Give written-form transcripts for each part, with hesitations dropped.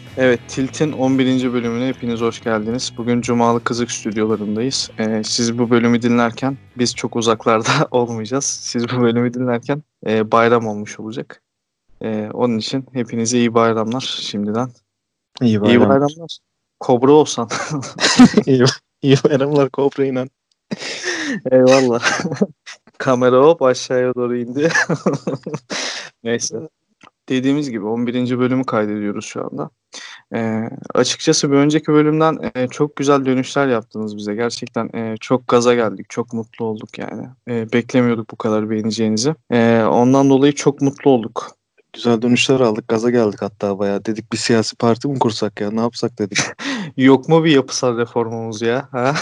Evet, Tilt'in 11. bölümüne hepiniz hoş geldiniz. Bugün Cumalı Kızık stüdyolarındayız. Siz bu bölümü dinlerken biz çok uzaklarda olmayacağız. Siz bu bölümü dinlerken bayram olmuş olacak. Onun için hepinize iyi bayramlar şimdiden. İyi İyi bayram. bayramlar. Kobra olsan. İyi, iyi bayramlar Kobra inan. Eyvallah. Kamera hop aşağıya doğru indi. Neyse. Dediğimiz gibi 11. bölümü kaydediyoruz şu anda. Açıkçası bir önceki bölümden çok güzel dönüşler yaptınız bize. Gerçekten çok gaza geldik, çok mutlu olduk yani. Beklemiyorduk bu kadar beğeneceğinizi. Ondan dolayı çok mutlu olduk. Güzel dönüşler aldık. Gaza geldik hatta bayağı. Dedik bir siyasi parti mi kursak ya? Ne yapsak dedik. Yok mu bir yapısal reformumuz ya? Ha?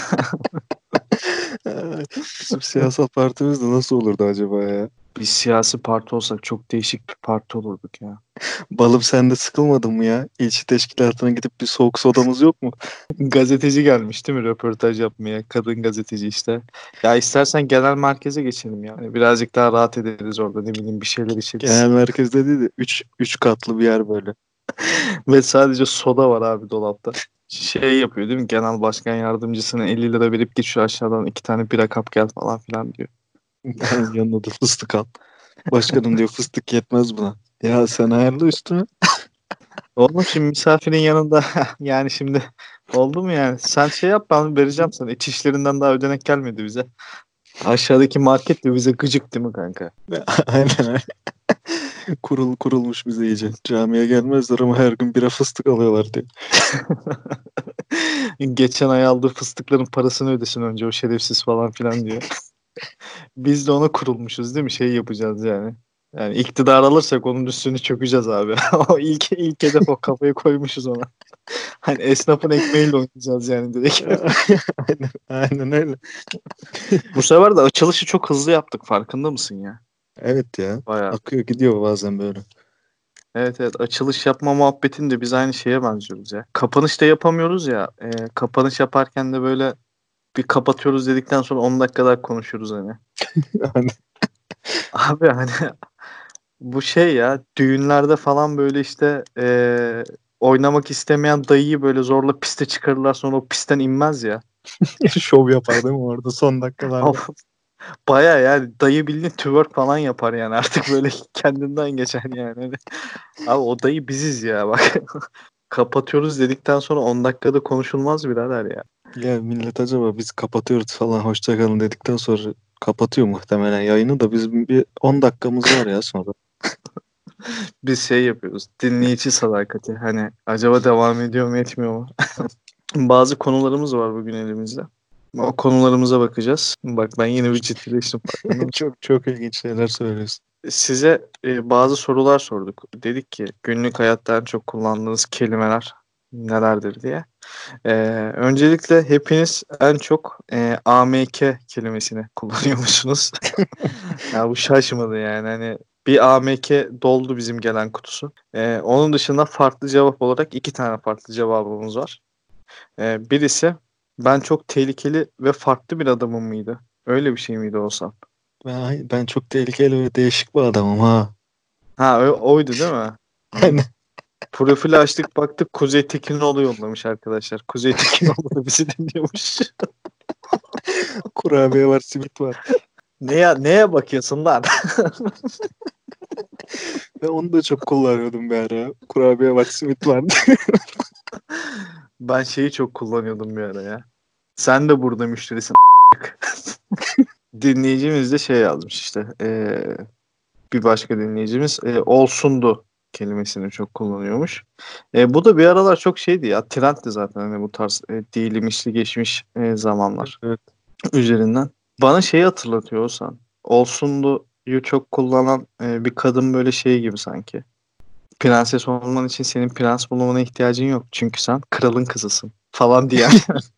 Bizim siyasal partimiz de nasıl olurdu acaba ya? Bir siyasi parti olsak çok değişik bir parti olurduk ya. Balım sen de sıkılmadın mı ya? İlçe teşkilatına gidip bir soğuk sodamız yok mu? Gazeteci gelmiş değil mi röportaj yapmaya? Kadın gazeteci işte. Ya istersen genel merkeze geçelim ya. Hani birazcık daha rahat ederiz orada ne bileyim bir şeyler içeriz. Genel merkezde değil de 3 katlı bir yer böyle. Ve sadece soda var abi dolapta. Şey yapıyor değil mi? Genel başkan yardımcısına 50 lira verip git şu aşağıdan 2 tane bira kap gel falan filan diyor. Yani yanına da fıstık al. Başkanım diyor fıstık yetmez buna. Ya sen ayarla üstüne. Oğlum şimdi misafirin yanında yani şimdi oldu mu yani? Sen şey yap ben vereceğim sana. İç işlerinden daha ödenek gelmedi bize. Aşağıdaki market de bize gıcık değil mi kanka? Aynen. Kurulmuş bize iyice. Camiye gelmezler ama her gün bira fıstık alıyorlar diye. Geçen ay aldığı fıstıkların parasını ödesin önce o şerefsiz falan filan diyor. Biz de ona kurulmuşuz değil mi? Şey yapacağız yani. Yani iktidar alırsak onun üstünü çökeceğiz abi. O ilk hedef o kafayı koymuşuz ona. Hani esnafın ekmeğiyle oynayacağız yani direkt. Aynen öyle. Bu sefer de açılışı çok hızlı yaptık farkında mısın ya? Evet ya. Bayağı. Akıyor gidiyor bazen böyle. Evet evet açılış yapma muhabbetinde biz aynı şeye benziyoruz ya. Kapanış da yapamıyoruz ya. Kapanış yaparken de böyle bir kapatıyoruz dedikten sonra 10 dakika daha konuşuyoruz hani. Yani Abi hani bu şey ya düğünlerde falan böyle işte oynamak istemeyen dayıyı böyle zorla piste çıkarırlar sonra o pistten inmez ya. şov yapar değil mi orada son dakikalarda? Of, baya yani dayı bildiğin twerk falan yapar yani artık böyle kendinden geçer yani. Hani, abi o dayı biziz ya bak. Kapatıyoruz dedikten sonra 10 dakikada konuşulmaz birader ya. Ya millet acaba biz kapatıyoruz falan hoşça kalın dedikten sonra kapatıyor muhtemelen yayını da bizim bir 10 dakikamız var ya sonra. Biz şey yapıyoruz. Dinleyici sadakati. Hani acaba devam ediyor mu etmiyor mu? Bazı konularımız var bugün elimizde. O konularımıza bakacağız. Bak ben yine bir ciddileştim farkında mısın? Çok çok ilginç şeyler söylüyorsun. Size bazı sorular sorduk. Dedik ki günlük hayatta en çok kullandığınız kelimeler nelerdir diye. E, Öncelikle hepiniz en çok AMK kelimesini kullanıyormuşsunuz. Ya bu şaşmadı yani. Hani bir AMK doldu bizim gelen kutusu. Onun dışında farklı cevap olarak 2 tane farklı cevabımız var. Birisi ben çok tehlikeli ve farklı bir adamım mıydı? Öyle bir şey miydi olsam? Ben çok tehlikeli ve değişik bir adamım ha. Ha oydu değil mi? Hı. Aynen. Profili açtık baktık Kuzey Tekinoğlu yollamış arkadaşlar. Kuzey Tekinoğlu da bizi dinliyormuş. Kurabiye var, simit var. Neye bakıyorsun lan? Ve onu da çok kullanıyordum bir ara. Kurabiye var, simit var. Ben şeyi çok kullanıyordum bir ara ya. Sen de burada müşterisin. Dinleyicimiz de şey yazmış işte. Bir başka dinleyicimiz olsundu kelimesini çok kullanıyormuş. Bu da bir aralar çok şeydi ya. Trenddi zaten hani bu tarz değişli geçmiş zamanlar Evet. üzerinden. Bana şeyi hatırlatıyor Oğuzhan. Olsundu'yu çok kullanan bir kadın böyle şey gibi sanki. Prenses olman için senin prens bulmana ihtiyacın yok. Çünkü sen kralın kızısın falan diyen.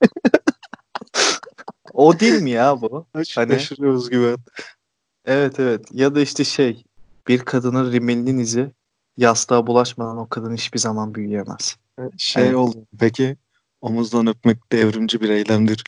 O değil mi ya bu? Hani Aşırı özgüven. evet evet ya da işte şey bir kadının rimelinin izi yastığa bulaşmadan o kadın hiçbir zaman büyüyemez. Şey Hani oldu. Peki omuzdan öpmek devrimci bir eylemdir.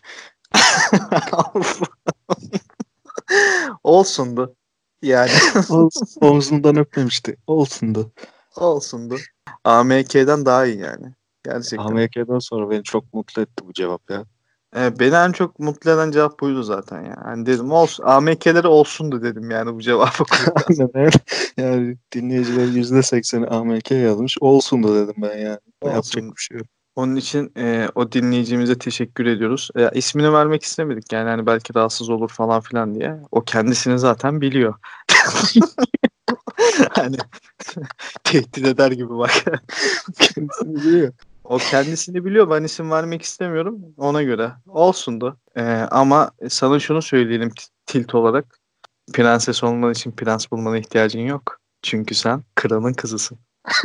olsundu yani. Omzundan öpmemişti. Olsundu. Olsundu. AMK'den daha iyi yani. Gerçekten. AMK'den sonra beni çok mutlu etti bu cevap ya. Beni en çok mutlu eden cevap buydu zaten ya. Hani dedim olsun, AMK'leri olsundu dedim yani bu cevabı okuduktan Aynen sonra. öyle. Yani dinleyiciler %80'i AMK yazmış. Olsun da dedim ben yani. Yapacak Olsun. bir şey yok. Onun için o dinleyicimize teşekkür ediyoruz. İsmini vermek istemedik yani hani belki rahatsız olur falan filan diye. O kendisini zaten biliyor. Hani tehdit eder gibi bak. Kendisini biliyor. O kendisini biliyor. Ben isim vermek istemiyorum. Ona göre. Olsundu. Ama sana şunu söyleyelim tilt olarak. Prenses olman için prens bulmana ihtiyacın yok. Çünkü sen kralın kızısın.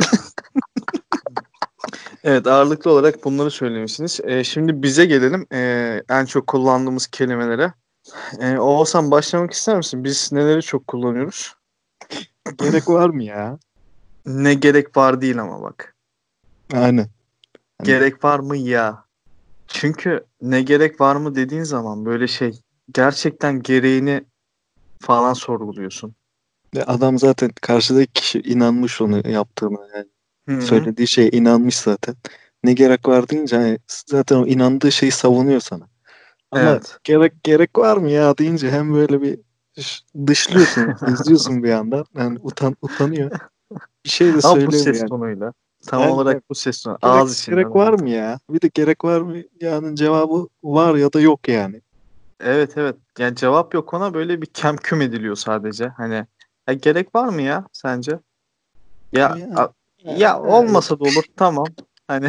Evet, ağırlıklı olarak bunları söylemişsiniz. Şimdi bize gelelim. En çok kullandığımız kelimelere. Oğuzhan başlamak ister misin? Biz neleri çok kullanıyoruz? Gerek var mı ya? Ne gerek var değil ama bak. Aynen. Hani Gerek var mı ya? Çünkü ne gerek var mı dediğin zaman böyle şey gerçekten gereğini falan sorguluyorsun. adam zaten karşıdaki kişi inanmış onu yaptığına yani. Hı hı. Söylediği şeye inanmış zaten. Ne gerek var deyince hani zaten o inandığı şeyi savunuyor sana. Ama Evet. gerek var mı ya deyince hem böyle bir dışlıyorsun, izliyorsun bir yandan. Yani utanıyor. Bir şey de Ama bu söyleyemiyor ses yani. tonuyla. Tam Aynen öyle. olarak bu ses tonu. Ağız içinden Gerek var evet. mı ya? Bir de gerek var mı? Yani cevabı var ya da yok yani. Evet evet. Yani cevap yok ona böyle bir kemküm ediliyor sadece. Hani ya gerek var mı ya sence? Ya Yani, ya evet. olmasa da olur tamam. Hani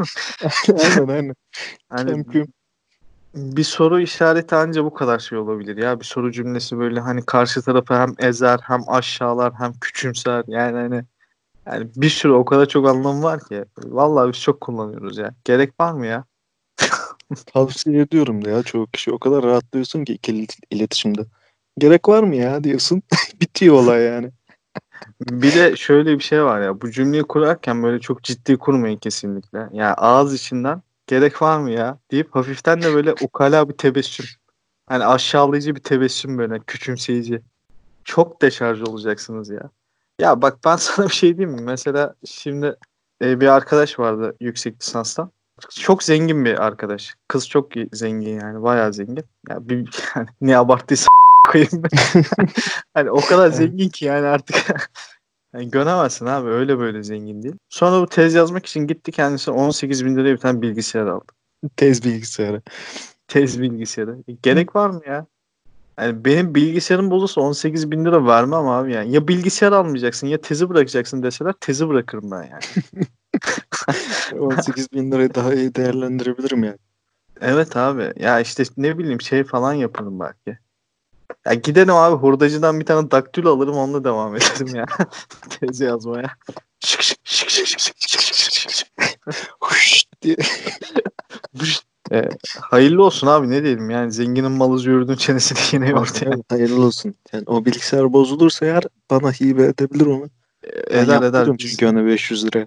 Aynen. hani Kem küm. bir soru işareti anca bu kadar şey olabilir ya. Bir soru cümlesi böyle hani karşı tarafı hem ezer hem aşağılar hem küçümser. Yani bir sürü o kadar çok anlamı var ki. Vallahi biz çok kullanıyoruz ya. Gerek var mı ya? Tavsiye ediyorum da ya çoğu kişi. O kadar rahatlıyorsun ki ikili iletişimde. Gerek var mı ya diyorsun. Bitiyor olay yani. Bir de şöyle bir şey var ya. Bu cümleyi kurarken böyle çok ciddi kurmayın kesinlikle. Ya ağız içinden gerek var mı ya deyip hafiften de böyle ukala bir tebessüm. Hani aşağılayıcı bir tebessüm böyle küçümseyici. Çok deşarj olacaksınız ya. Ya bak ben sana bir şey diyeyim mi? Mesela şimdi bir arkadaş vardı yüksek lisanstan. Çok zengin bir arkadaş. Kız çok zengin yani bayağı zengin. Ya bir yani ne abarttıysa koyayım ben. Hani o kadar Evet. zengin ki yani artık yani göremezsin abi öyle böyle zengin değil. Sonra bu tez yazmak için gitti kendisi 18 bin liraya bir tane bilgisayar aldı. Tez bilgisayarı. Tez bilgisayarı. Gerek var mı ya? Yani benim bilgisayarım bozulsa 18 bin lira vermem abi yani. Ya bilgisayar almayacaksın ya tezi bırakacaksın deseler tezi bırakırım ben yani. 18 bin lirayı daha iyi değerlendirebilirim yani. Evet abi. Ya işte ne bileyim şey falan yaparım belki. Ya giderim abi hurdacıdan bir tane daktilo alırım onunla devam ederim ya. Tezi yazmaya. Şık şık şık şık şık şık şık şık şık şık. Huş diye. Bışt. Hayırlı olsun abi ne diyelim yani zenginin malı züğürdün çenesini yine yordu Aynen yani. öyle. Hayırlı olsun. Yani o bilgisayar bozulursa eğer bana hibe edebilir onu. Ben Eder eder yaptırırım biz. çünkü ona 500 lira.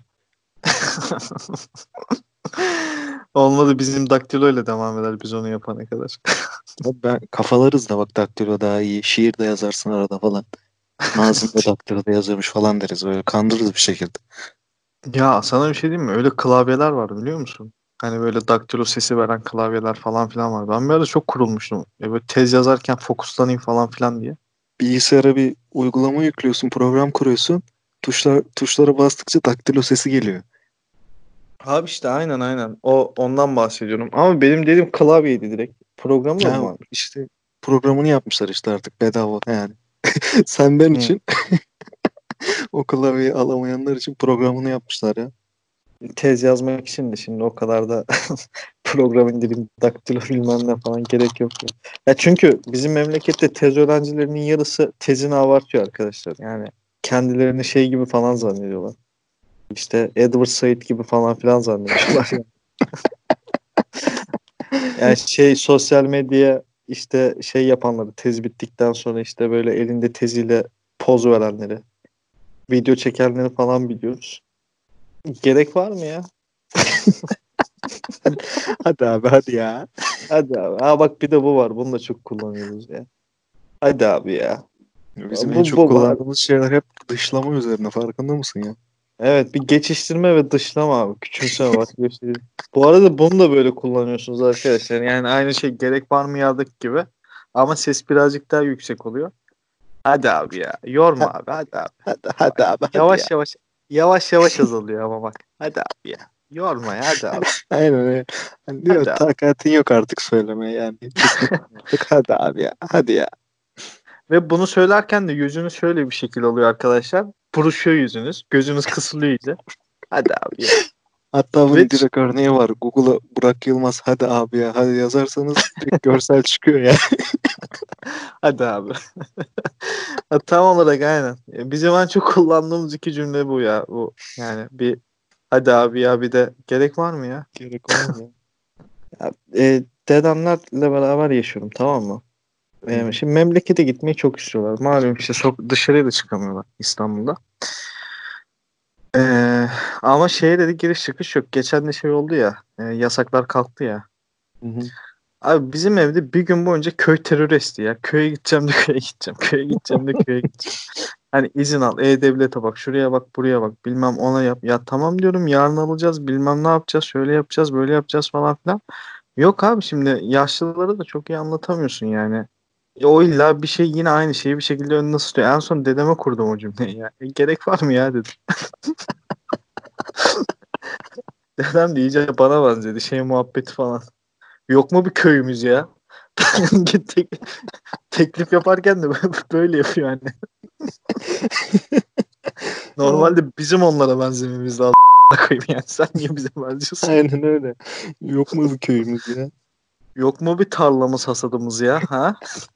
Olmadı bizim daktiloyla devam eder biz onu yapana kadar. Abi ben kafalarız da bak daktilo daha iyi. Şiir de yazarsın arada falan. Nazım da daktiloda yazıyormuş falan deriz. Böyle kandırırız bir şekilde. Ya sana bir şey diyeyim mi? Öyle klavyeler var biliyor musun? Hani böyle daktilo sesi veren klavyeler falan filan var. Ben bir ara çok kurulmuştum. Böyle tez yazarken fokuslanayım falan filan diye. Bilgisayara bir uygulama yüklüyorsun, program kuruyorsun. Tuşlara bastıkça daktilo sesi geliyor. Abi işte aynen. Ondan bahsediyorum. Ama benim dediğim klavyeydi direkt. Programı da mı Ya var? işte programını yapmışlar işte artık bedava yani. Sen ben Hı. için o klavyeyi alamayanlar için programını yapmışlar ya. Tez yazmak için de şimdi o kadar da program indireyim, daktilo bilmem ne falan gerek yok. Ya çünkü bizim memlekette tez öğrencilerinin yarısı tezini abartıyor arkadaşlar. Yani kendilerini şey gibi falan zannediyorlar. İşte Edward Said gibi falan filan zannediyorlar. Yani şey sosyal medya işte şey yapanları tez bittikten sonra işte böyle elinde teziyle poz verenleri, video çekenleri falan biliyoruz. Gerek var mı ya? Hadi abi hadi ya. Hadi abi. Ha bak bir de bu var. Bunu da çok kullanıyoruz ya. Hadi abi ya. Bizim en Bu çok bu var. kullandığımız şeyler hep dışlama üzerine farkında mısın ya? Evet, bir geçiştirme ve dışlama abi. Küçümseme, başka bir şey değil. Bu arada bunu da böyle kullanıyorsunuz arkadaşlar. Yani aynı şey gerek var mı ya'daki gibi. Ama ses birazcık daha yüksek oluyor. Hadi abi ya. Yorma Hadi, abi. Hadi abi. hadi abi hadi ya. Yavaş yavaş yavaş yavaş azalıyor ama bak. Hadi abi ya. Yorma ya, hadi abi. Aynen öyle. Hani diyor Hadi abi. takatin yok artık söylemeye yani. Bıktık artık hadi abi ya. Hadi ya. Ve bunu söylerken de yüzünüz şöyle bir şekil oluyor arkadaşlar. Buruşuyor yüzünüz. Gözünüz kısılıyor iyice. Hadi abi ya. Hatta Ve bunun direkt örneği var. Google'a Burak Yılmaz hadi abi ya hadi yazarsanız direkt görsel çıkıyor ya. hadi abi. Ha, tam olarak aynen. Bizim en çok kullandığımız iki cümle bu ya. Bu yani bir hadi abi ya, bir de gerek var mı ya? Gerek var mı ya? Ya, dedemlerle beraber yaşıyorum, tamam mı? Hı hı. Şimdi memlekete gitmeyi çok istiyorlar. Malum işte dışarıya da çıkamıyorlar İstanbul'da. E, ama şeye dedi, giriş çıkış yok. Geçen de şey oldu ya. Yasaklar kalktı ya. Hı hı. Abi bizim evde bir gün boyunca köy terörü esti ya. Köye gideceğim de köye gideceğim. Köye gideceğim de köye gideceğim. Hani izin al. E-Devlet'e bak. Şuraya bak. Buraya bak. Bilmem ona yap. Ya tamam diyorum, yarın alacağız. Bilmem ne yapacağız. Şöyle yapacağız. Böyle yapacağız falan filan. Yok abi, şimdi yaşlılara da çok iyi anlatamıyorsun yani. O illa bir şey, yine aynı şeyi bir şekilde önüne ısıtıyor. En son dedeme kurdum o cümleyi ya. Gerek var mı ya dedim. Dedem de iyice bana benzedi. Şey muhabbeti falan. Yok mu bir köyümüz ya? Tek, teklif yaparken de böyle yapıyor anne. Aa, Normalde bizim onlara benzememiz lazım. Koyayım yani. Sen niye bize benziyorsun? aynen öyle. Yok mu bu köyümüz ya? Yok mu bir tarlamız, hasadımız ya? Ha?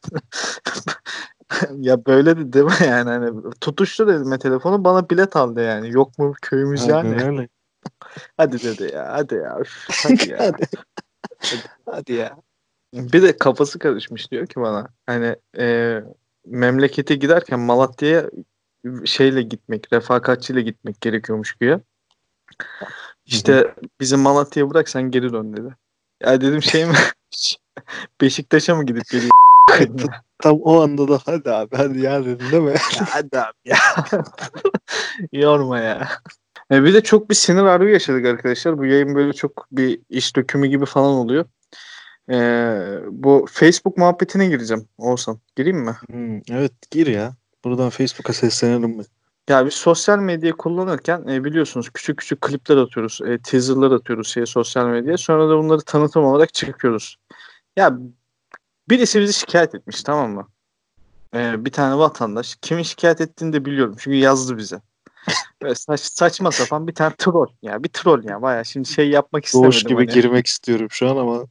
Ya böyle de deme yani, hani tutuştu dedim telefonu, bana bilet aldı yani. Yok mu köyümüz Aynen yani? öyle. Hadi dedi ya, hadi ya, üf, hadi ya. Hadi, Hadi. hadi ya. Bir de kafası karışmış, diyor ki bana hani memlekete giderken Malatya'ya şeyle gitmek, refakatçiyle gitmek gerekiyormuş güya. Hı hı. İşte bizim Malatya'ya bırak, sen geri dön dedi. Ya dedim şey mi? Beşiktaş'a mı gidip geliyor? Ya. Tam o anda da hadi abi hadi ya dedin değil mi? Ya hadi abi ya. Yorma ya. Bir de çok bir sinir harbi yaşadık arkadaşlar. Bu yayın böyle çok bir iş dökümü gibi falan oluyor. Bu Facebook muhabbetine gireceğim. Olsam. Gireyim mi? Evet gir ya. Buradan Facebook'a seslenelim mi? Ya biz sosyal medyayı kullanırken biliyorsunuz küçük küçük klipler atıyoruz. Teaserlar atıyoruz sosyal medyaya. Sonra da bunları tanıtım olarak çıkıyoruz. Ya birisi bizi şikayet etmiş, tamam mı? Bir tane vatandaş. Kimin şikayet ettiğini de biliyorum. Çünkü yazdı bize. Böyle saçma sapan bir tane troll. Ya bir troll ya. Baya şimdi şey yapmak Doğuş istemedim gibi hani. girmek istiyorum şu an ama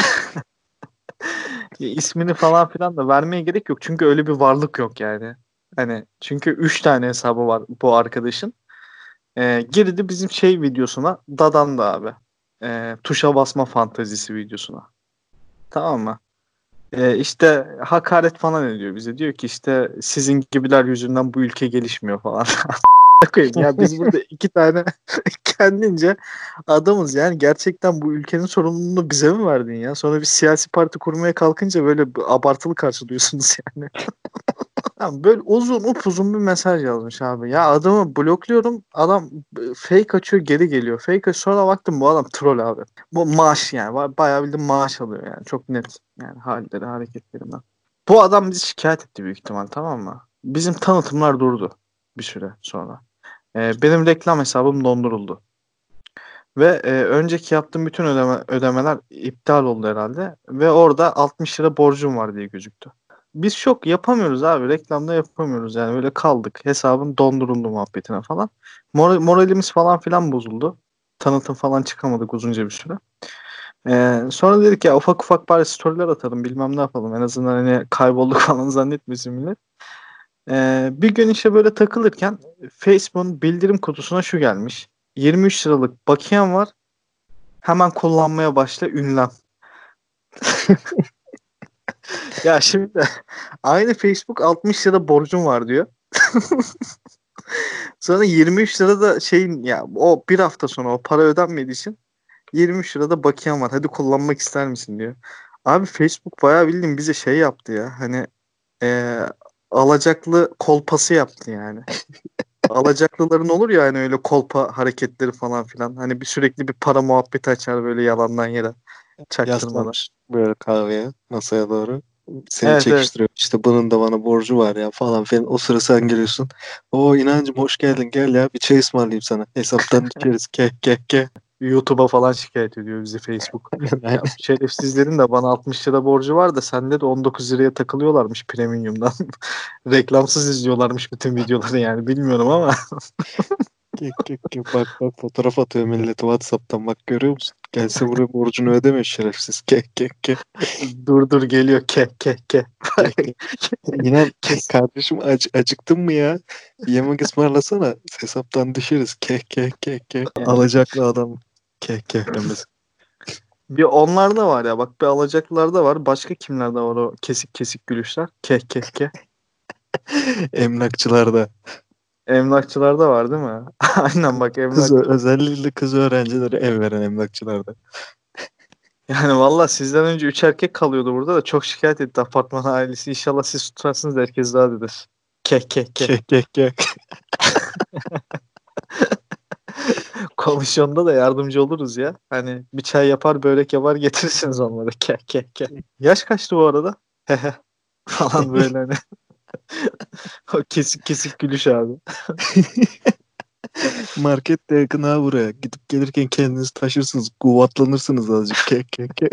İsmini falan filan da vermeye gerek yok. Çünkü öyle bir varlık yok yani. Hani çünkü 3 tane hesabı var bu arkadaşın. Girdi bizim şey videosuna dadandı abi. Tuşa basma fantazisi videosuna. Tamam mı? İşte hakaret falan ediyor bize. Diyor ki işte sizin gibiler yüzünden bu ülke gelişmiyor falan. Koyayım. Ya biz burada iki tane kendince adamız yani, gerçekten bu ülkenin sorumluluğunu bize mi verdin ya? Sonra bir siyasi parti kurmaya kalkınca böyle abartılı karşılıyorsunuz yani. Tamam, böyle uzun upuzun bir mesaj yazmış abi. Ya adamı blokluyorum. Adam fake açıyor, geri geliyor. Fake açıyor, sonra baktım bu adam troll abi. Bu maaş yani. Bayağı bildiğin maaş alıyor yani. Çok net. Yani halleri, hareketlerinden. Bu adam bizi şikayet etti büyük ihtimal, tamam mı? Bizim tanıtımlar durdu bir süre sonra. Benim reklam hesabım donduruldu. Ve önceki yaptığım bütün ödemeler iptal oldu herhalde. Ve orada 60 lira borcum var diye gözüktü. Biz şok, yapamıyoruz abi. Reklamda yapamıyoruz yani. Böyle kaldık. Hesabın donduruldu muhabbetine falan. Moralimiz falan filan bozuldu. Tanıtım falan çıkamadık uzunca bir süre. Sonra dedik ya ufak ufak bari storyler atalım, bilmem ne yapalım. En azından hani kaybolduk falan zannetmesin millet. Bir gün işte böyle takılırken Facebook'un bildirim kutusuna şu gelmiş. 23 liralık bakiyen var. Hemen kullanmaya başla, ünlem. Ya şimdi aynı Facebook 60 lira borcum var diyor. Sonra 23 lira da şeyin ya, o bir hafta sonra o para ödenmediği için 23 lirada bakiyem var. Hadi kullanmak ister misin diyor. Abi Facebook bayağı bildiğin bize şey yaptı ya. Hani eee, alacaklı kolpası yaptı yani. Alacaklıların olur ya hani öyle kolpa hareketleri falan filan. Hani bir sürekli bir para muhabbeti açar böyle yalandan yere çaktırmadan. Yaslamış böyle kahveye masaya doğru. Seni Evet, evet. çekiştiriyor. İşte bunun da bana borcu var ya falan filan. O sıra sen geliyorsun. O inancım hoş geldin, gel ya bir çay ısmarlayayım sana. Hesaptan düşeriz. Keh keh keh. YouTube'a falan şikayet ediyor bizi Facebook. Aynen, Ya aynen. şerefsizlerin de bana 60 lira borcu var da sende de 19 liraya takılıyorlarmış premium'dan. Reklamsız izliyorlarmış bütün videoları yani bilmiyorum ama. Keh keh keh. Bak bak fotoğraf atıyor millete WhatsApp'tan, bak görüyor musun? Gelse buraya borcunu ödeme şerefsiz. Keh keh keh. Dur dur geliyor ke. Keh keh. İnan Kes. kardeşim, acıktın mı ya? Bir yemek ısmarlasana. Hesaptan düşeriz. Keh keh keh keh. Yani Alacaklı adam keh keh demesi. bir onlar da var ya bak bir alacaklılar da var. Başka kimlerde var o kesik kesik gülüşler? Ke. Emlakçılarda. Emlakçılarda var değil mi? Aynen bak Kız emlak. özellikle kız öğrencilere ev veren emlakçılarda. Yani valla sizden önce 3 erkek kalıyordu burada da çok şikayet etti apartman ailesi. İnşallah siz tutarsınız da herkes daha dedi. Ke. Keh keh keh. Komisyonda da yardımcı oluruz ya. Hani bir çay yapar börek yapar getirirsiniz onları. Ke. Yaş kaçtı bu arada? Hehe falan böyle hani. O kesik kesik gülüş abi. Market de yakın ha buraya. Gidip gelirken kendiniz taşırsınız. Kuvatlanırsınız azıcık. Keh keh keh.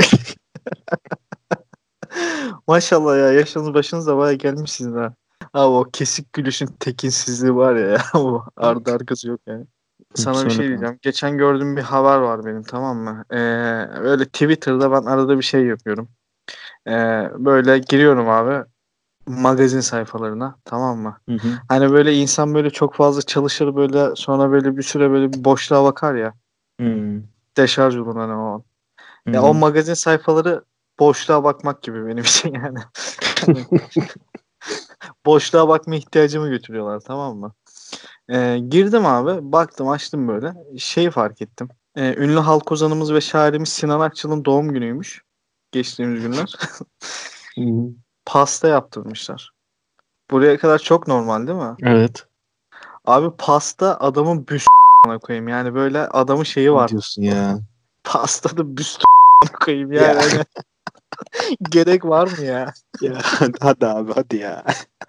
Maşallah ya yaşınız başınız da baya gelmişsiniz ha. Abi o kesik gülüşün tekinsizliği var ya, bu ardı arkası yok yani. Hı, Sana bir söyle şey kanka. diyeceğim. Geçen gördüğüm bir haber var benim, tamam mı? Öyle Twitter'da ben arada bir şey yapıyorum. Böyle giriyorum abi magazin sayfalarına, tamam mı? Hı hı. Hani böyle insan böyle çok fazla çalışır böyle sonra böyle bir süre böyle bir boşluğa bakar ya. Hı Deşarj olur hani o an. hı. Ya o Hı. magazin sayfaları boşluğa bakmak gibi benim için yani. Hani boşluğa bakma ihtiyacımı götürüyorlar, tamam mı? Girdim abi baktım açtım böyle şeyi fark ettim. Ünlü halk ozanımız ve şairimiz Sinan Akçıl'ın doğum günüymüş. Geçtiğimiz günler. Hı. Pasta yaptırmışlar. Buraya kadar çok normal değil mi? Evet. Abi pasta adamın büstü koyayım. Yani böyle adamın şeyi Ne var. diyorsun ya? Pastada büstü koyayım Ya yani hani gerek var mı ya? ya hadi abi hadi ya.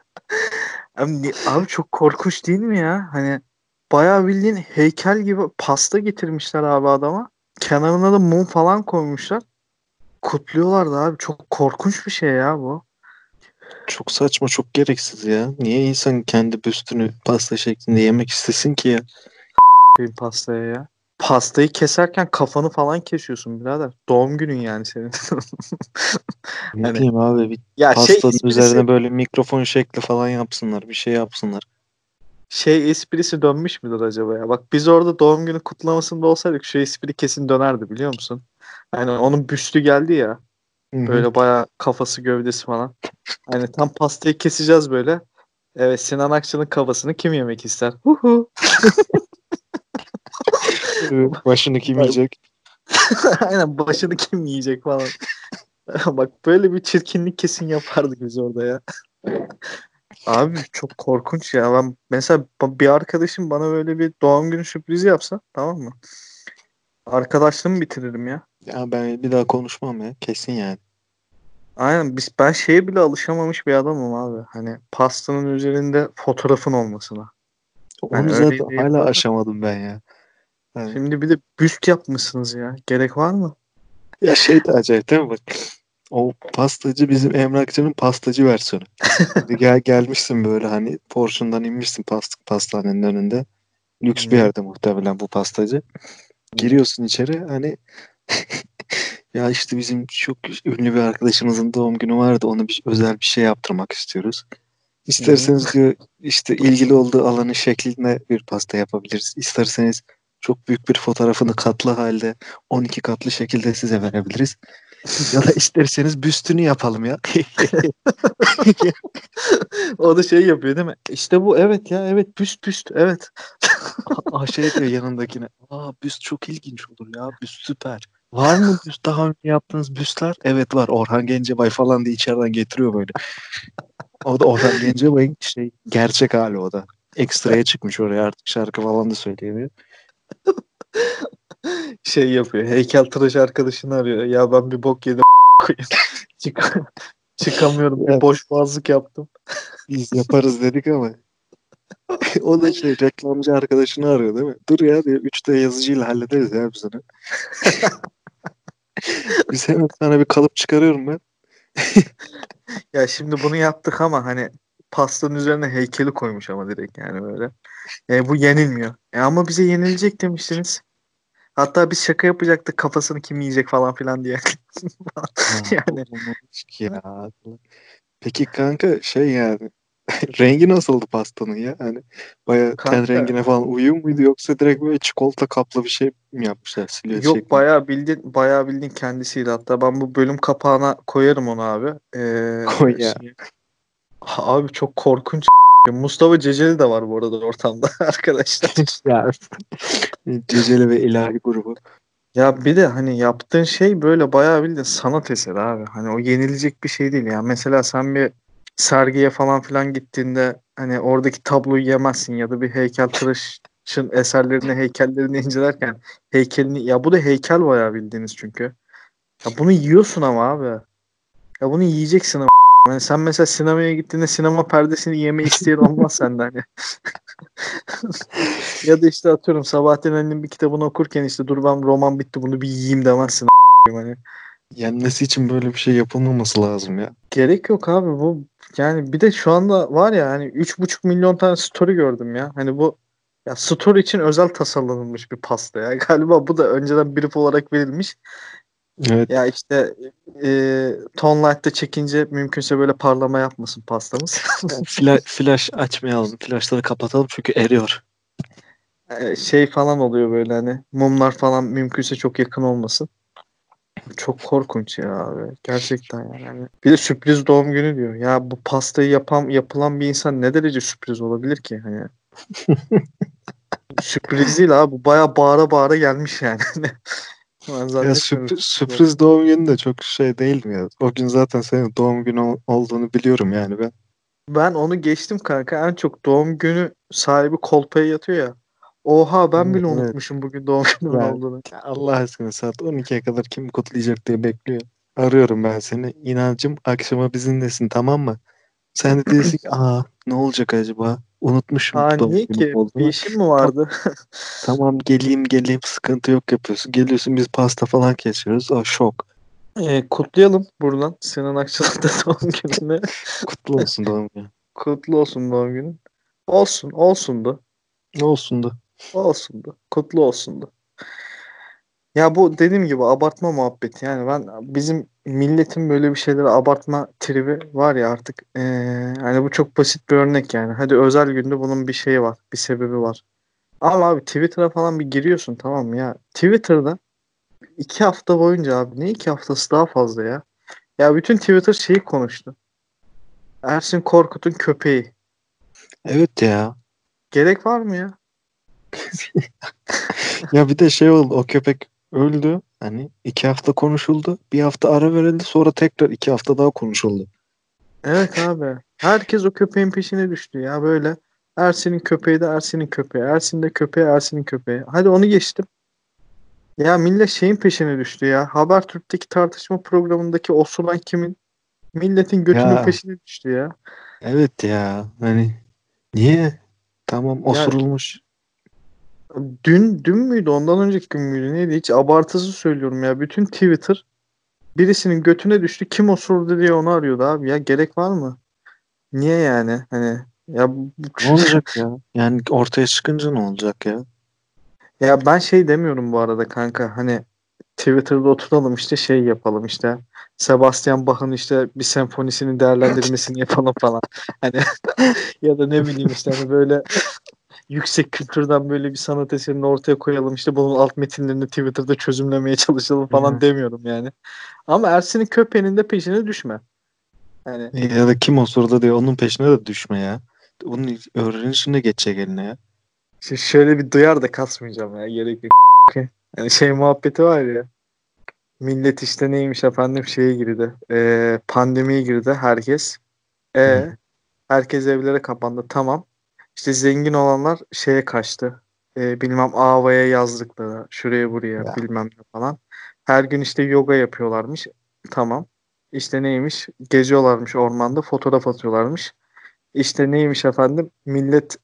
Abi çok korkunç değil mi ya? Hani bayağı bildiğin heykel gibi pasta getirmişler abi adama. Kenarına da mum falan koymuşlar. Kutluyorlardı abi. Çok korkunç bir şey ya bu. Çok saçma, çok gereksiz ya. Niye insan kendi büstünü pasta şeklinde yemek istesin ki ya? Bir pastaya ya. Pastayı keserken kafanı falan kesiyorsun birader. Doğum günün yani senin. Ne Hani bileyim abi, bir ya pastanın üzerine böyle mikrofon şekli falan yapsınlar. Bir şey yapsınlar. şey esprisi dönmüş müdür acaba ya? Bak biz orada doğum günü kutlamasında olsaydık şu espri kesin dönerdi biliyor musun? Hani onun büstü geldi ya. Hı hı. Böyle bayağı kafası gövdesi falan. Hani tam pastayı keseceğiz böyle. Evet Sinan Akçı'nın kafasını kim yemek ister? Huhu. Evet, başını kim Bak, yiyecek? aynen başını kim yiyecek falan. Bak böyle bir çirkinlik kesin yapardık biz orada ya. Abi çok korkunç ya. Ben mesela bir arkadaşım bana böyle bir doğum günü sürprizi yapsa, tamam mı? Arkadaşlığımı bitiririm ya. Ya ben bir daha konuşmam ya. Kesin yani. Aynen ben şeye bile alışamamış bir adamım abi. Hani pastanın üzerinde fotoğrafın olmasına. Hani Onu öyle zaten de hala yapılır mı? aşamadım ben ya. Yani, Şimdi bir de büst yapmışsınız ya. Gerek var mı? ya şey de acayip değil mi bak. O pastacı bizim emlakçının pastacı versiyonu. Şimdi gelmişsin böyle hani Porsche'undan inmişsin pastanenin önünde. Lüks bir Hı yerde muhtemelen bu pastacı. hı. Giriyorsun içeri hani ya işte bizim çok ünlü bir arkadaşımızın doğum günü vardı. Ona özel bir şey yaptırmak istiyoruz. Hı hı. İsterseniz diyor işte ilgili olduğu alanın şeklinde bir pasta yapabiliriz. İsterseniz çok büyük bir fotoğrafını katlı halde 12 katlı şekilde size verebiliriz. Ya da isterseniz büstünü yapalım ya. O da şey yapıyor değil mi? İşte bu evet ya evet büst evet. Şey diyor yanındakine. Aa, büst çok ilginç olur ya. Büst süper. Var mı büst, daha önce yaptığınız büstler? Evet var. Orhan Gencebay falan diye içeriden getiriyor böyle. O da Orhan Gencebay'ın şey gerçek hali o da. ekstraya çıkmış oraya, artık şarkı falan da söyleyemiyor. Şey yapıyor. Heykeltıraş arkadaşını arıyor. Ya ben bir bok yedim koyayım. Çık çıkamıyorum. Bir Ya boş boğazlık yaptım. biz yaparız dedik ama o da şey, reklamcı arkadaşını arıyor değil mi? Dur ya diyor, 3D yazıcıyla hallederiz ya biz onu. Biz hemen sana bir kalıp çıkarıyorum ben. Ya şimdi bunu yaptık ama hani pastanın üzerine heykeli koymuş ama direkt yani böyle. Bu yenilmiyor. Ama bize yenilecek demiştiniz. Hatta biz şaka yapacaktık kafasını kim yiyecek falan filan diye. Ha, Yani olmamış ki ya. Peki kanka, şey yani rengi nasıldı pastanın ya? Hani baya ten kanka rengine falan uyuyor muydu, yoksa direkt böyle çikolata kaplı bir şey mi yapmışlar, silüet yok şeklinde? bayağı bildiğin kendisiydi. Hatta ben bu bölüm kapağına koyarım onu abi. Koy ya. Abi çok korkunç. Mustafa Ceceli de var bu arada ortamda arkadaşlar. Ya Ceceli ve ilahi grubu. Ya bir de hani yaptığın şey böyle bayağı bildiğin sanat eseri abi. Hani o yenilecek bir şey değil ya. Mesela sen bir sergiye falan filan gittiğinde hani oradaki tabloyu yemezsin ya da bir heykeltıraşın eserlerini, heykellerini incelerken heykelini ya bu da heykel bayağı bildiğiniz çünkü. Ya bunu yiyorsun ama abi. Ya bunu yiyeceksin ama. Yani sen mesela sinemaya gittiğinde sinema perdesini yeme isteyen olmaz senden hani. Ya da işte atıyorum Sabahattin Ali'nin bir kitabını okurken işte dur ben roman bitti bunu bir yiyeyim demezsin hani. Yenmesi için böyle bir şey yapılmaması lazım ya. Gerek yok abi bu yani bir de şu anda var ya hani 3,5 milyon tane story gördüm ya. Hani bu ya story için özel tasarlanılmış bir pasta ya. Galiba bu da önceden brief olarak verilmiş. Evet. Ya işte ton light'ta çekince mümkünse böyle parlama yapmasın pastamız. Yani flash açmayalım. Flashları kapatalım çünkü eriyor. Şey falan oluyor böyle hani mumlar falan mümkünse çok yakın olmasın. Çok korkunç ya abi. Gerçekten yani. Bir de sürpriz doğum günü diyor. Ya bu pastayı yapılan bir insan ne derece sürpriz olabilir ki? Hani sürpriz değil abi. Bu baya bağıra bağıra gelmiş yani. Ben Ya zannetmiyorum sürpriz olduğunu. sürpriz doğum günü de çok şey değil mi ya? O gün zaten senin doğum günü olduğunu biliyorum yani ben. Ben onu geçtim kanka. En çok doğum günü sahibi kolpaya yatıyor ya. Oha ben Evet, bile evet. unutmuşum bugün doğum günümün Ya olduğunu. Allah aşkına, saat 12'ye kadar kim kutlayacak diye bekliyor. Arıyorum ben seni. İnancım, akşama bizimlesin, tamam mı? Sen de diyorsun ki, ne olacak acaba? Unutmuşum Aa doğum niye günüm ki? Bir olduğunu. işim mi Tam, vardı? tamam, geleyim, sıkıntı yok yapıyorsun. Geliyorsun, biz pasta falan kesiyoruz. Şok. Kutlayalım buradan Sinan Akçalı'da doğum gününü. Kutlu olsun doğum günü. Kutlu olsun doğum günün. Olsun, olsundu. Ne olsun da. Olsundu. Kutlu olsundu. Ya bu dediğim gibi abartma muhabbeti. Yani ben bizim milletin böyle bir şeyleri abartma tribi var ya artık. Hani bu çok basit bir örnek yani. Hadi özel günde bunun bir şeyi var. Bir sebebi var. Ama abi Twitter'a falan bir giriyorsun tamam mı ya? Twitter'da 2 hafta boyunca abi ne 2 haftası daha fazla ya. Ya bütün Twitter şeyi konuştu. Ersin Korkut'un köpeği. Evet ya. Gerek var mı ya? Ya bir de şey oldu, o köpek öldü. Hani 2 hafta konuşuldu. Bir hafta ara verildi, sonra tekrar 2 hafta daha konuşuldu. Evet abi. Herkes o köpeğin peşine düştü ya böyle. Ersin'in köpeği de Ersin'in köpeği. Ersin de köpeği Ersin'in köpeği. Hadi onu geçtim. Ya millet şeyin peşine düştü ya. Habertürk'teki tartışma programındaki osuran kimin? Milletin götünün Ya peşine düştü ya. evet ya, hani niye? Tamam, Ya osurulmuş. dün müydü ondan önceki gün müydü neydi? Hiç abartısı söylüyorum ya. Bütün Twitter birisinin götüne düştü. Kim osurdu diye onu arıyordu abi. Ya gerek var mı? Niye yani? Hani ya Ne olacak ya? Yani ortaya çıkınca ne olacak ya? ya ben şey demiyorum bu arada kanka. Hani Twitter'da oturalım işte şey yapalım işte. Sebastian Bach'ın işte bir senfonisinin değerlendirmesini yapalım falan. Hani ya da ne bileyim işte hani böyle yüksek kültürden böyle bir sanat eserini ortaya koyalım işte bunun alt metinlerini Twitter'da çözümlemeye çalışalım falan Ya, demiyorum yani. Ama Ersin'in köpeğinin de peşine düşme. Hani ya da kim osurdu diye onun peşine de düşme ya. Onun öğrenişine geçecek eline ya. işte şöyle bir duyar da kasmayacağım ya gerek yok. Yani şey muhabbeti var ya. Millet işte neymiş efendim şeye girdi. Pandemiye girdi herkes. Hı. E Herkes evlere kapandı. Tamam. İşte zengin olanlar şeye kaçtı. Bilmem Ava'ya yazdıkları, şuraya buraya Ya, bilmem ne falan. Her gün işte yoga yapıyorlarmış. Tamam. İşte neymiş? Geziyorlarmış ormanda, fotoğraf atıyorlarmış. İşte neymiş efendim? Millet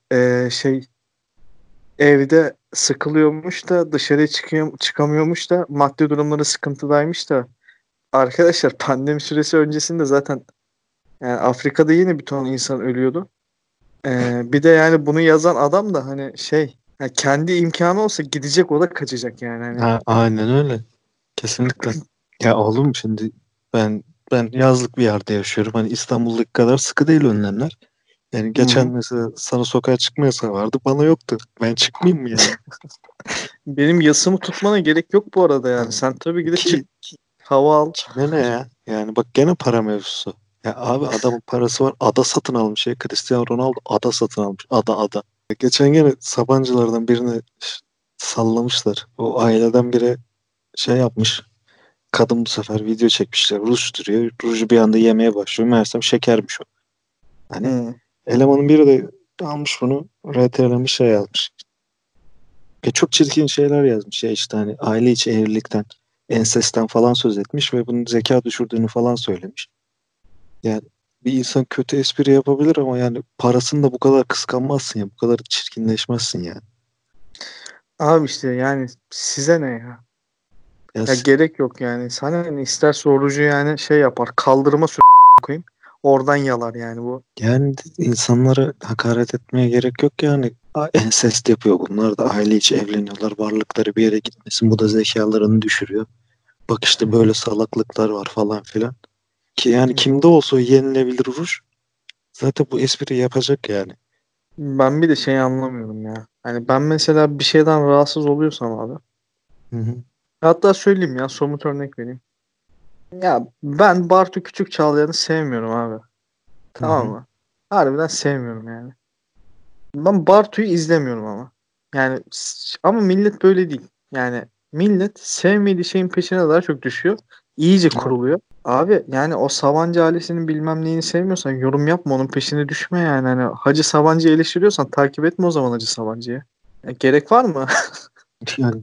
evde sıkılıyormuş da dışarıya çıkamıyormuş da maddi durumları sıkıntıdaymış da. Arkadaşlar pandemi süresi öncesinde zaten yani Afrika'da yine bir ton insan ölüyordu. Bir de yani bunu yazan adam da hani ya kendi imkanı olsa gidecek, o da kaçacak yani hani. aynen öyle. Kesinlikle. Ya oğlum şimdi ben ben yazlık bir yerde yaşıyorum. Hani İstanbul'daki kadar sıkı değil önlemler. Yani Hı geçen hı. mesela sana sokağa çıkma yasağı vardı. Bana yoktu. Ben çıkmayayım mı yani? Benim yasımı tutmana gerek yok bu arada yani. Ha, Sen tabii gidip çık, Ki hava al. kime ne ya? Yani bak gene para mevzusu. Ya abi adamın parası var. Ada satın almış ya. Cristiano Ronaldo ada satın almış. Ada. Geçen gene Sabancılardan birine sallamışlar. O aileden biri şey yapmış. Kadın bu sefer video çekmişler. Ruj sürüyor. Ruju bir anda yemeye başlıyor. Meğersem şekermiş o. Hani Hı. elemanın biri de almış bunu. RT'lemiş şey yazmış. Çok çirkin şeyler yazmış ya işte hani aile içi evlilikten, ensesten falan söz etmiş ve bunun zeka düşürdüğünü falan söylemiş. Yani bir insan kötü espri yapabilir ama yani parasını da bu kadar kıskanmazsın ya, bu kadar çirkinleşmezsin ya. Abi işte yani size ne ya? Ya Ya s- gerek yok yani. Sana ne isterse orucu yani yapar. Kaldırıma koyayım. Oradan yalar yani bu. Yani insanlara hakaret etmeye gerek yok yani. Ensest yapıyor bunlar da aile içi evleniyorlar. Varlıkları bir yere gitmesin. Bu da zekalarını düşürüyor. Bak işte böyle salaklıklar var falan filan. Ki yani kimde olsa o yenilebilir vuruş. Zaten bu espri yapacak yani. Ben bir de anlamıyorum ya. Hani ben mesela bir şeyden rahatsız oluyorsam abi. Hı hı. Hatta söyleyeyim ya, somut örnek vereyim. Ya ben Bartu Küçük Çağlayan'ı sevmiyorum abi. Hı Tamam hı. mı? Harbiden sevmiyorum yani. Ben Bartu'yu izlemiyorum ama. Yani ama millet böyle değil. Yani millet sevmediği şeyin peşine daha çok düşüyor. İyice Abi, kuruluyor. Abi yani o Sabancı ailesinin bilmem neyini sevmiyorsan yorum yapma, onun peşine düşme yani. Hani Hacı Sabancı'yı eleştiriyorsan takip etme o zaman Hacı Sabancı'yı. Ya gerek var mı? yani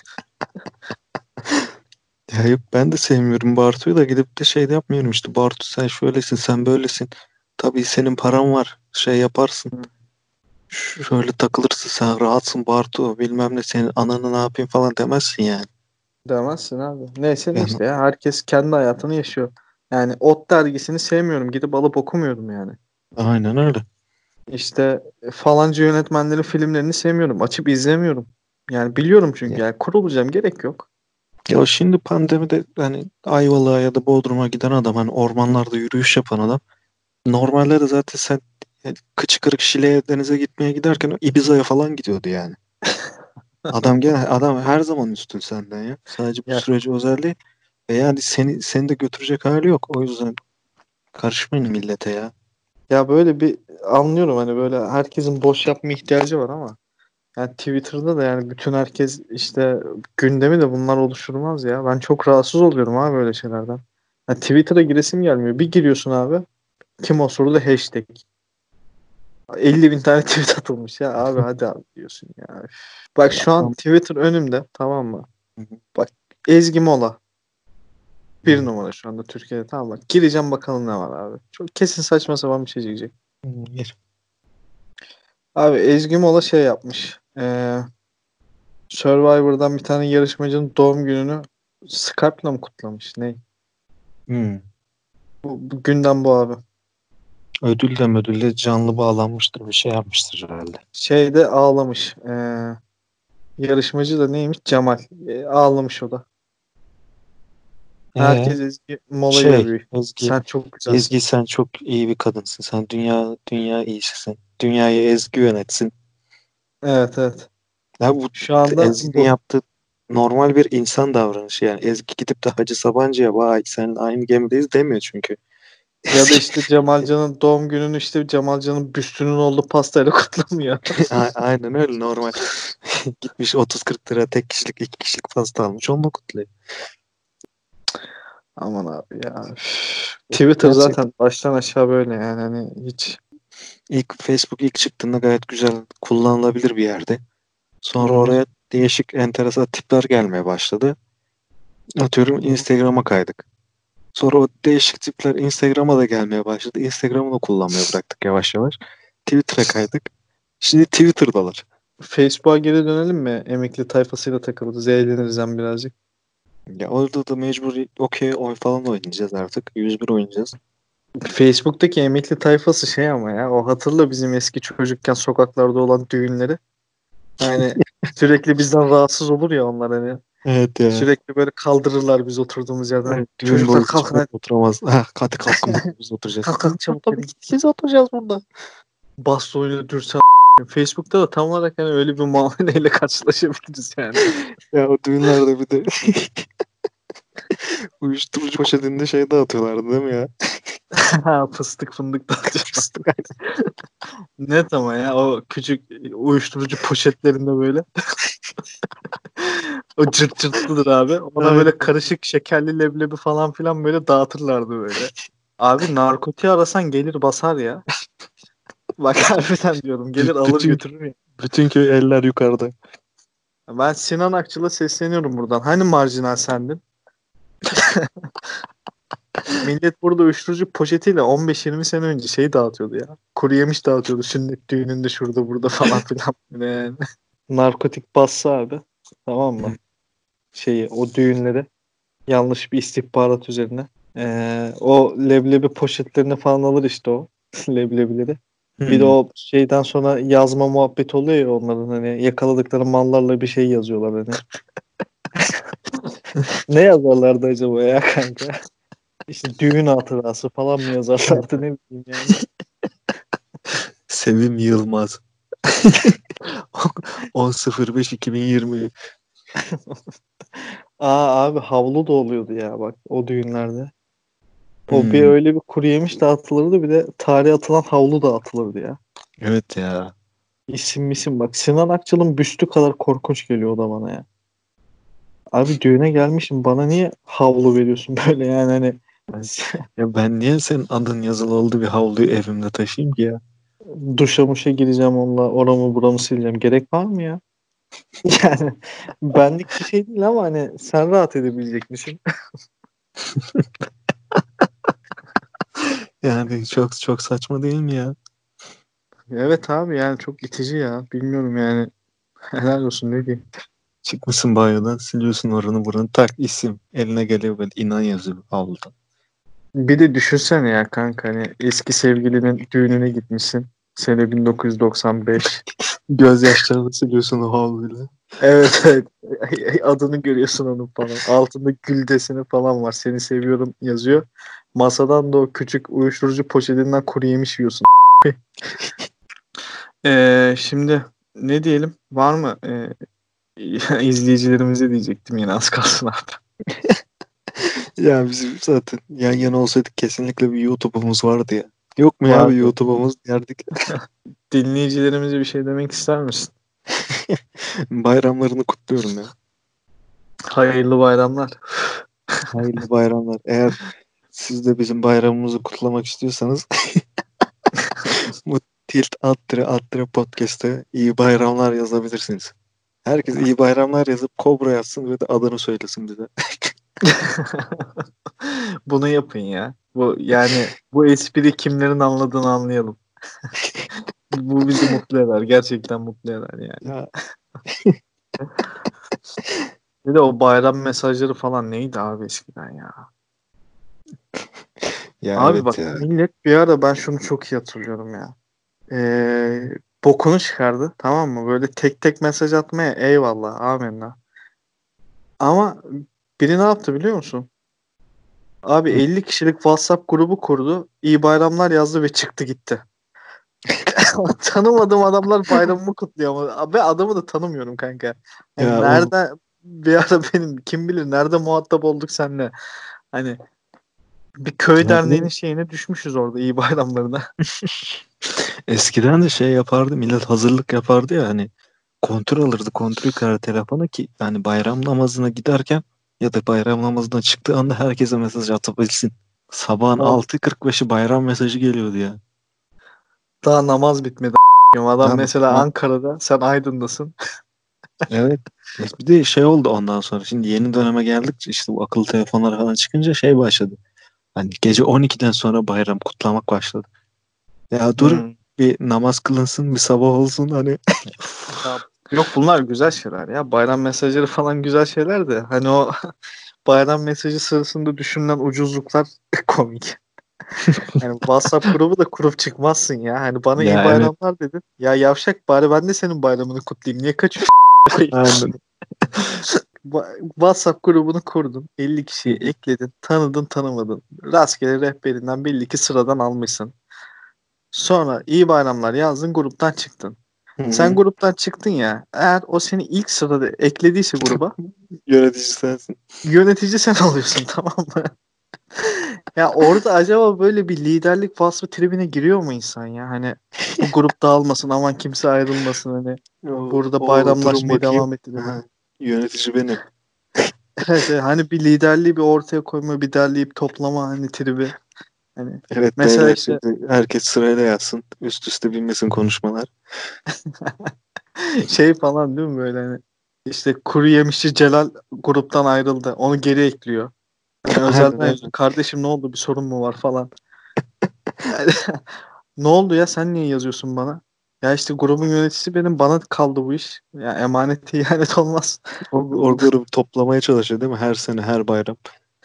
ya yok ben de sevmiyorum Bartu'yu da gidip de şey de yapmıyorum işte Bartu sen şöylesin sen böylesin. Tabii senin paran var şey yaparsın. Şöyle takılırsın sen rahatsın Bartu bilmem ne senin ananı ne yapayım falan demezsin yani. Demezsin abi. Neyse ne Yani işte ya. Herkes kendi hayatını yaşıyor. Yani Ot dergisini sevmiyorum. Gidip alıp okumuyorum yani. aynen öyle. İşte falanca yönetmenlerin filmlerini sevmiyorum. Açıp izlemiyorum. Yani biliyorum Ya, çünkü yani kurulacağım, gerek yok. ya şimdi pandemide hani Ayvalık'a ya da Bodrum'a giden adam hani ormanlarda yürüyüş yapan adam normalde de zaten sen kıçı kırık Şile'ye denize gitmeye giderken o Ibiza'ya falan gidiyordu yani. Adam her zaman üstün senden ya. Sadece bu Ya süreci özel değil. Ve yani seni de götürecek hali yok. O yüzden karışmayın millete ya. ya böyle bir anlıyorum, hani böyle herkesin boş yapma ihtiyacı var ama yani Twitter'da da yani bütün herkes işte gündemi de bunlar oluşturmaz ya. Ben çok rahatsız oluyorum abi böyle şeylerden. Ya Twitter'a giresim gelmiyor. Bir giriyorsun abi. Kim o soruda hashtag. 50 bin tane tweet atılmış ya. Abi hadi abi diyorsun ya. Üf. Bak Ya şu an adam Twitter önümde, tamam mı? Hı hı, Bak, Ezgi Mola. Bir hı, numara şu anda Türkiye'de, tamam mı? Gireceğim bakalım ne var abi. Çok kesin saçma sapan bir şey çıkacak. gir. Abi Ezgi Mola yapmış. Survivor'dan bir tane yarışmacının doğum gününü Skype'la mı kutlamış? Ne? Hı. Bu günden bu abi. Ödülle canlı bağlanmıştır bir şey yapmıştır herhalde. Ağlamış. Yarışmacı da neymiş? Cemal. Ağlamış o da. Ee, Herkes Ezgi Mola'yı övüyor. Ezgi Sen çok güzelsin. Ezgi sen çok iyi bir kadınsın. Sen dünya iyisisin. Dünyayı Ezgi yönetsin. Evet, evet. Ya bu Şu anda Ezgi'nin bu. yaptığı normal bir insan davranışı yani. Ezgi gidip de Hacı Sabancı'ya vay sen aynı gemideyiz demiyor çünkü. Ya da Ezgi işte Cemalcan'ın doğum gününü işte Cemalcan'ın büstünün olduğu pastayla kutlamıyor. aynen öyle normal. Gitmiş 30-40 lira tek kişilik 2 kişilik pasta almış onunla kutluyor. Aman abi ya. Üf. Twitter Gerçekten zaten baştan aşağı böyle yani hani hiç. Facebook ilk çıktığında gayet güzel kullanılabilir bir yerde. Sonra Hı. oraya değişik enteresan tipler gelmeye başladı. Atıyorum Instagram'a kaydık. Sonra o değişik tipler Instagram'a da gelmeye başladı. Instagram'ı da kullanmaya bıraktık yavaş yavaş. Twitter'a kaydık. Şimdi Twitter'dalar. Facebook'a geri dönelim mi? Emekli tayfasıyla takılırız. Eğleniriz hem birazcık. Ya orada da mecbur okey oy falan oynayacağız artık. 101 oynayacağız. Facebook'taki emekli tayfası şey ama ya. O hatırla bizim eski çocukken sokaklarda olan düğünleri. Yani sürekli bizden rahatsız olur ya onlar hani. Evet ya. Sürekli böyle kaldırırlar biz oturduğumuz yerden. Evet, düğün Çocuklar boyu hiç kalkın hadi. oturamaz. Ha, hadi kalkın burada biz oturacağız. Kalk Tamam, kalk çabuk tabii hadi git. biz oturacağız burada. Bastonuyla dürsen Facebook'ta da tam olarak hani öyle bir muameleyle karşılaşabiliriz yani. Ya o düğünlerde bir de uyuşturucu poşetinde şey dağıtıyorlardı değil mi ya? Ha, fıstık fındık dağıtıyor. Fıstık. Net ama ya o küçük uyuşturucu poşetlerinde böyle. O cırt cırtlıdır abi. Ona Aynen. böyle karışık şekerli leblebi falan filan böyle dağıtırlardı böyle. Abi narkotiği arasan gelir basar ya. Bak harbiden diyorum gelir alır Bütün götürür ya. bütün köy eller yukarıda. Ben Sinan Akçıl'a sesleniyorum buradan. Hani marjinal sendin? Millet burada uyuşturucu poşetiyle 15-20 sene önce şey dağıtıyordu ya. Kuru yemiş dağıtıyordu sünnet düğününde şurada burada falan filan. Yani. Narkotik bassa abi. Tamam mı? Şeyi o düğünleri yanlış bir istihbarat üzerine. O leblebi poşetlerini falan alır işte o leblebileri. Bir de Hmm. o şeyden sonra yazma muhabbet oluyor ya onların hani yakaladıkları mallarla bir şey yazıyorlar hani. Ne yazarlardı acaba ya kanka? İşte düğün hatırası falan mı yazarlardı ne bileyim yani. Sevim Yılmaz. 10.05.2020. Aa abi havlu da oluyordu ya bak o düğünlerde. O bir Hmm. öyle bir kuru yemiş dağıtılırdı bir de tarihe atılan havlu da atılırdı ya. Evet ya. İsim misim bak Sinan Akçıl'ın büstü kadar korkunç geliyor o da bana ya. Abi düğüne gelmişim bana niye havlu veriyorsun böyle yani hani Ben, ya ben niye senin adın yazılı olduğu bir havluyu evimde taşıyayım ki ya? duşa muşa gireceğim onunla oramı buramı sileceğim. Gerek var mı ya? Yani benlik bir şey değil ama hani sen rahat edebilecek misin? Yani çok çok saçma değil mi ya? Evet abi yani çok itici ya. Bilmiyorum yani. Helal olsun ne diyeyim. Çıkmışsın banyodan siliyorsun oranı buranı tak isim. Eline geliyor böyle inan yazıyor havluda. Bir de düşünsene ya kanka hani eski sevgilinin düğününe gitmişsin. Sene 1995. Gözyaşlarını siliyorsun o havluyla. Evet evet. Adını görüyorsun onun falan. Altında gül deseni falan var. Seni seviyorum yazıyor. Masadan da o küçük uyuşturucu poşetinden kuru yemiş yiyorsun. Şimdi ne diyelim? Var mı? İzleyicilerimize diyecektim yine az kalsın abi. Ya bizim zaten yan yana olsaydık kesinlikle bir YouTube'umuz vardı ya. Yok mu ya bir Vardı. YouTube'umuz derdik. Dinleyicilerimize bir şey demek ister misin? Bayramlarını kutluyorum ya. Hayırlı bayramlar. Hayırlı bayramlar. Eğer siz de bizim bayramımızı kutlamak istiyorsanız bu Tilt Attire Podcast'te iyi bayramlar yazabilirsiniz. Herkes iyi bayramlar yazıp Kobra yazsın ve de adını söylesin bize. Bunu yapın ya. Bu yani bu espri kimlerin anladığını anlayalım. Bu bizi mutlu eder. Gerçekten mutlu eder yani. Ya, Bir de o bayram mesajları falan neydi abi eskiden ya. ya Abi evet bak ya. millet bir ara ben şunu çok iyi hatırlıyorum ya. Bokunu çıkardı tamam mı? Böyle tek tek mesaj atmaya eyvallah amenna. Ama biri ne yaptı biliyor musun? Abi Hı. 50 kişilik WhatsApp grubu kurdu. İyi bayramlar yazdı ve çıktı gitti. Tanımadığım adamlar bayramımı kutluyor ama ben adamı da tanımıyorum kanka. Hani Ya o nerede bir ara benim kim bilir nerede muhatap olduk seninle. Hani bir köy ya derneğinin bu şeyine düşmüşüz orada iyi bayramlarına. eskiden de şey yapardı millet hazırlık yapardı ya hani kontrol alırdı kontrol yüklerdi telefona ki yani bayram namazına giderken ya da bayram namazından çıktığı anda herkese mesaj atabilsin. Sabahın O 6.45'i bayram mesajı geliyordu ya. Daha namaz bitmedi. Adam Lan, mesela Ankara'da, sen Aydın'dasın. evet. Bir de şey oldu ondan sonra. Şimdi yeni döneme geldikçe işte bu akıllı telefonlar falan çıkınca şey başladı. Hani gece 12'den sonra bayram kutlamak başladı. Ya dur, Hmm. bir namaz kılınsın, bir sabah olsun hani. Ya, yok bunlar güzel şeyler ya. Bayram mesajları falan güzel şeyler de. Hani o bayram mesajı sırasında düşünülen ucuzluklar komik. Yani WhatsApp grubu da kurup çıkmazsın ya. Hani bana iyi Ya evet, bayramlar dedin. Ya yavşak bari ben de senin bayramını kutlayayım. Niye kaçıyorsun? aynen. WhatsApp grubunu kurdun. 50 kişiyi ekledin. Tanıdın tanımadın. Rastgele rehberinden belli ki sıradan almışsın. Sonra iyi bayramlar yazdın, gruptan çıktın. Hı Sen hı. gruptan çıktın ya. Eğer o seni ilk sırada eklediyse gruba, Yönetici sensin. yönetici sen oluyorsun, tamam mı? Ya orada acaba böyle bir liderlik vasfı tribine giriyor mu insan ya? Hani bu grup dağılmasın, aman kimse ayrılmasın, hani burada Durun bayramlaşmayı bakayım. devam ettirelim. Ha, yönetici benim. Evet, evet, hani bir liderliği bir ortaya koyma, bir derleyip toplama hani tribi. Hani Evet mesela beyler, işte şimdi herkes sırayla yazsın. Üst üste binmesin konuşmalar. şey falan değil mi, böyle hani işte kuru yemişçi Celal gruptan ayrıldı. Onu geri ekliyor. Hani Aynen özelden yazıyor. aynen. Kardeşim ne oldu, bir sorun mu var falan. Yani, ne oldu ya, sen niye yazıyorsun bana? Ya işte grubun yöneticisi benim, bana kaldı bu iş. Ya emanete ihanet olmaz. O grubu toplamaya çalışıyor değil mi? Her sene her bayram.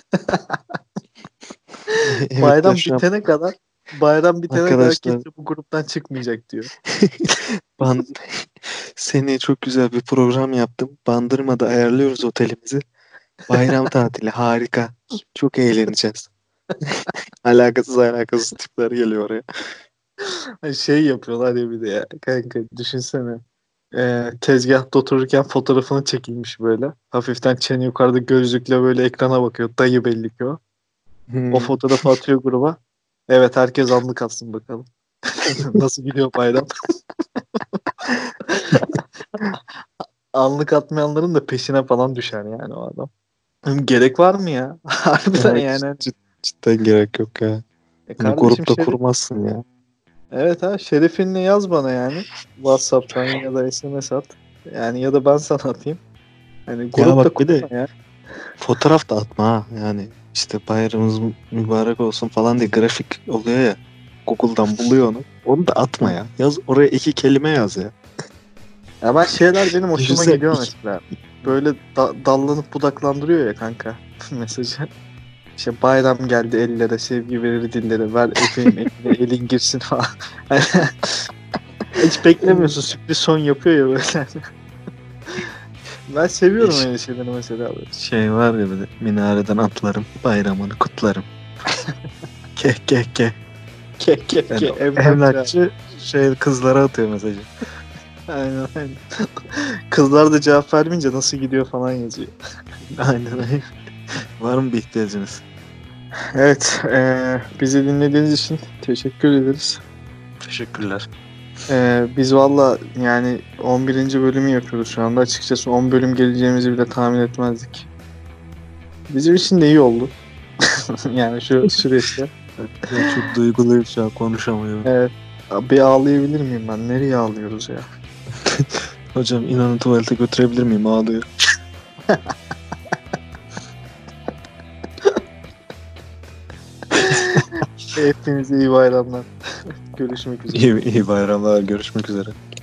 Evet Bayram yaşam. bitene kadar bayram bitene kadar Arkadaşlar, kimse bu gruptan çıkmayacak diyor. ben seneye çok güzel bir program yaptım. Bandırma'da ayarlıyoruz otelimizi. Bayram tatili harika. Çok eğleneceğiz. Alakasız tipler geliyor oraya. Hani şey yapıyorlar ya bir de ya. Kanka düşünsene. Tezgahta otururken fotoğrafını çekilmiş böyle. Hafiften çene yukarıda gözlükle böyle ekrana bakıyor. Dayı belli ki o. O Hmm. fotoğrafı atıyor gruba. Evet, herkes anlık atsın bakalım. Nasıl gidiyor bayram? Anlık atmayanların da peşine falan düşer yani o adam. Gerek var mı ya? Harbiden Evet, yani. cidden gerek yok ya. Hani Kardeşim grupta Şerif. kurmazsın ya. Evet ha, Şerif'inle yaz bana yani. WhatsApp'tan ya da SMS at. Yani ya da ben sana atayım. Hani Ya grupta bak, bir kurma de ya. fotoğraf da atma ha. Yani işte bayramımız mübarek olsun falan diye grafik oluyor ya. Google'dan buluyor onu. Onu da atma ya. Yaz oraya, iki kelime yaz ya. Ya ben şeyler benim hoşuma Düşünsene gidiyor mesela. Böyle dallanıp budaklandırıyor ya kanka mesajı. İşte bayram geldi ellere, sevgi verir dillere, ver öpeyim eline, elin girsin falan. Hani hiç beklemiyorsun, sürpriz son yapıyor ya böyle. Ben seviyorum iş öyle şeyleri mesela. şey var ya, böyle minareden atlarım, bayramını kutlarım. Keh keh keh. Ke ke Yani ke emlakçı. emlakçı şey kızlara atıyor mesajı. Aynen aynen. Kızlar da cevap vermeyince nasıl gidiyor falan yazıyor. Aynen öyle. Var mı bir ihtiyacınız? Evet, bizi dinlediğiniz için teşekkür ederiz. Teşekkürler. Biz valla yani 11. bölümü yapıyoruz şu anda. Açıkçası 10 bölüm geleceğimizi bile tahmin etmezdik. Bizim için de iyi oldu. Yani şu süreçte. Ben çok duyguluyum şu an, konuşamıyorum. Evet. Bir ağlayabilir miyim ben? Nereye ağlıyoruz ya? Hocam inanın tuvalete götürebilir miyim? Ağlıyor. Hepinize iyi bayramlar. Görüşmek üzere. İyi bayramlar. Görüşmek üzere.